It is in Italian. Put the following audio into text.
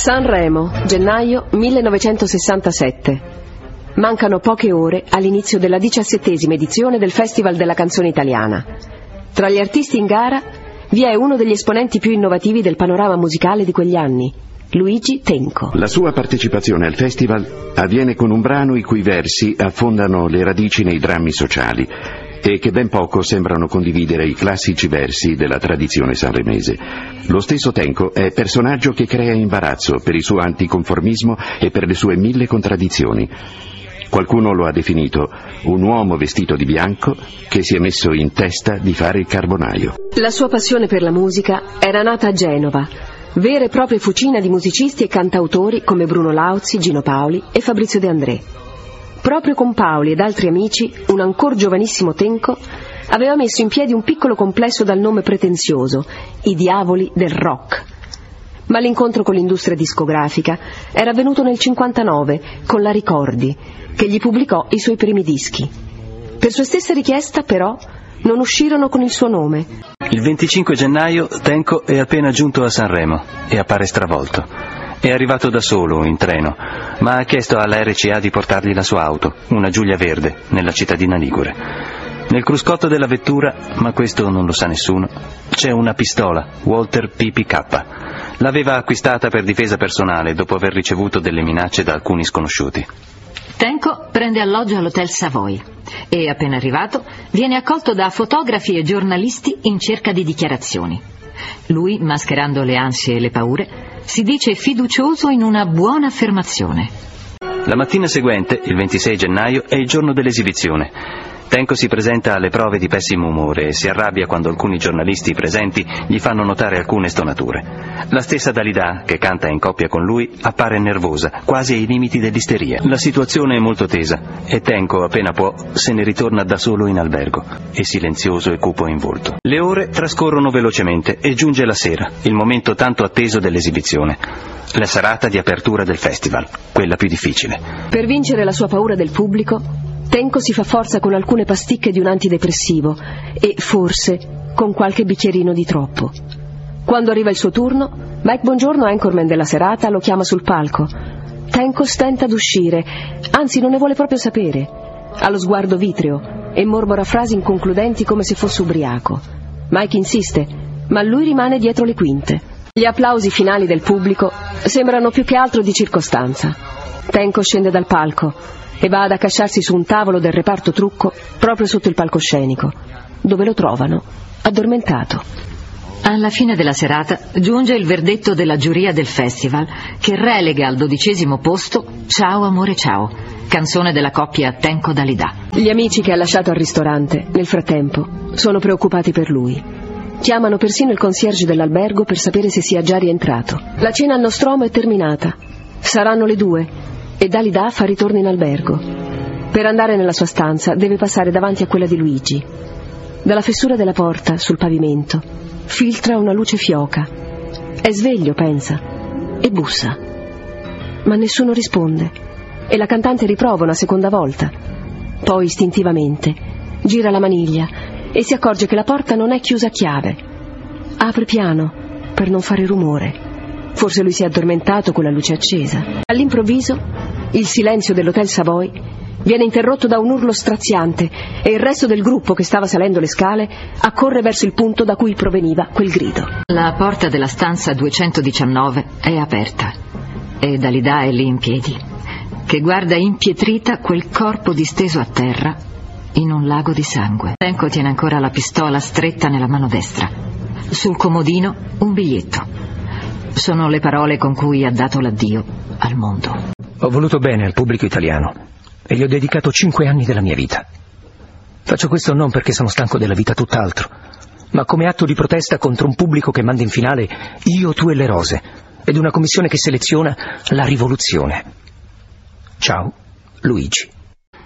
Sanremo, gennaio 1967. Mancano poche ore all'inizio della 17ª edizione del Festival della canzone italiana. Tra gli artisti in gara vi è uno degli esponenti più innovativi del panorama musicale di quegli anni, Luigi Tenco. La sua partecipazione al festival avviene con un brano i cui versi affondano le radici nei drammi sociali e che ben poco sembrano condividere i classici versi della tradizione sanremese. Lo stesso Tenco è personaggio che crea imbarazzo per il suo anticonformismo e per le sue 1000 contraddizioni. Qualcuno lo ha definito un uomo vestito di bianco che si è messo in testa di fare il carbonaio. La sua passione per la musica era nata a Genova, vera e propria fucina di musicisti e cantautori come Bruno Lauzi, Gino Paoli e Fabrizio De André. Proprio con Paoli ed altri amici, un ancor giovanissimo Tenco aveva messo in piedi un piccolo complesso dal nome pretenzioso, i Diavoli del Rock. Ma l'incontro con l'industria discografica era avvenuto nel 59 con la Ricordi, che gli pubblicò i suoi primi dischi. Per sua stessa richiesta, però, non uscirono con il suo nome. Il 25 gennaio Tenco è appena giunto a Sanremo e appare stravolto. È arrivato da solo, in treno, ma ha chiesto alla RCA di portargli la sua auto, una Giulia verde, nella cittadina ligure. Nel cruscotto della vettura, ma questo non lo sa nessuno, c'è una pistola, Walther PPK. L'aveva acquistata per difesa personale dopo aver ricevuto delle minacce da alcuni sconosciuti. Tenco prende alloggio all'Hotel Savoy e, appena arrivato, viene accolto da fotografi e giornalisti in cerca di dichiarazioni. Lui, mascherando le ansie e le paure, si dice fiducioso in una buona affermazione. La mattina seguente, il 26 gennaio, è il giorno dell'esibizione. Tenco si presenta alle prove di pessimo umore e si arrabbia quando alcuni giornalisti presenti gli fanno notare alcune stonature. La stessa Dalida, che canta in coppia con lui, appare nervosa, quasi ai limiti dell'isteria. La situazione è molto tesa e Tenco, appena può, se ne ritorna da solo in albergo, è silenzioso e cupo in volto. Le ore trascorrono velocemente e giunge la sera, il momento tanto atteso dell'esibizione. La serata di apertura del festival, quella più difficile. Per vincere la sua paura del pubblico, Tenco si fa forza con alcune pasticche di un antidepressivo e, forse, con qualche bicchierino di troppo. Quando arriva il suo turno, Mike Bongiorno, anchorman della serata, lo chiama sul palco. Tenco stenta ad uscire, anzi non ne vuole proprio sapere. Ha lo sguardo vitreo e mormora frasi inconcludenti come se fosse ubriaco. Mike insiste, ma lui rimane dietro le quinte. Gli applausi finali del pubblico sembrano più che altro di circostanza. Tenco scende dal palco e va ad accasciarsi su un tavolo del reparto trucco proprio sotto il palcoscenico, dove lo trovano addormentato. Alla fine della serata giunge il verdetto della giuria del festival, che relega al 12° posto Ciao amore ciao, canzone della coppia Tenco-Dalida. Gli amici che ha lasciato al ristorante, nel frattempo, sono preoccupati per lui. Chiamano persino il concierge dell'albergo per sapere se sia già rientrato. La cena al Nostromo è terminata. Saranno le 2 e Dalida fa ritorno in albergo. Per andare nella sua stanza deve passare davanti a quella di Luigi. Dalla fessura della porta, sul pavimento, filtra una luce fioca. È sveglio, pensa, e bussa. Ma nessuno risponde e la cantante riprova una seconda volta. Poi, istintivamente, gira la maniglia e si accorge che la porta non è chiusa a chiave. Apre piano per non fare rumore. Forse lui si è addormentato con la luce accesa. All'improvviso, il silenzio dell'Hotel Savoy viene interrotto da un urlo straziante e il resto del gruppo che stava salendo le scale accorre verso il punto da cui proveniva quel grido. La porta della stanza 219 è aperta e Dalida è lì in piedi, che guarda impietrita quel corpo disteso a terra in un lago di sangue. Tenco tiene ancora la pistola stretta nella mano destra. Sul comodino un biglietto. Sono le parole con cui ha dato l'addio al mondo. Ho voluto bene al pubblico italiano e gli ho dedicato 5 anni della mia vita. Faccio questo non perché sono stanco della vita tutt'altro, ma come atto di protesta contro un pubblico che manda in finale Io, tu e le rose ed una commissione che seleziona la rivoluzione. Ciao, Luigi.